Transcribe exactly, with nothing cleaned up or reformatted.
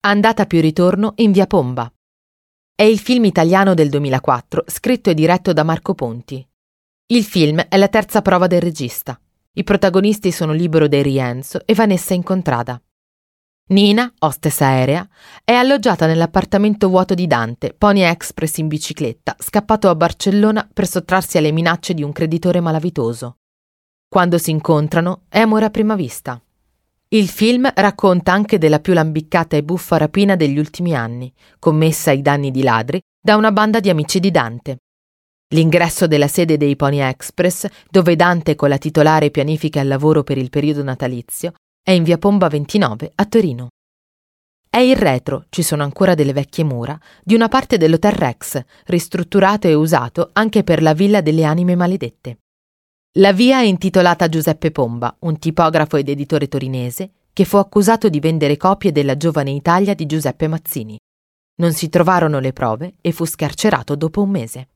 Andata più ritorno in via Pomba. È il film italiano del duemilaquattro, scritto e diretto da Marco Ponti. Il film è la terza prova del regista. I protagonisti sono Libero De Rienzo e Vanessa Incontrada. Nina, hostess aerea, è alloggiata nell'appartamento vuoto di Dante, Pony Express in bicicletta, scappato a Barcellona per sottrarsi alle minacce di un creditore malavitoso. Quando si incontrano è amore a prima vista. Il film racconta anche della più lambiccata e buffa rapina degli ultimi anni, commessa ai danni di ladri da una banda di amici di Dante. L'ingresso della sede dei Pony Express, dove Dante con la titolare pianifica il lavoro per il periodo natalizio, è in via Pomba ventinove a Torino. È il retro, ci sono ancora delle vecchie mura, di una parte dell'Hotel Rex, ristrutturato e usato anche per la Villa delle Anime Maledette. La via è intitolata a Giuseppe Pomba, un tipografo ed editore torinese che fu accusato di vendere copie della Giovane Italia di Giuseppe Mazzini. Non si trovarono le prove e fu scarcerato dopo un mese.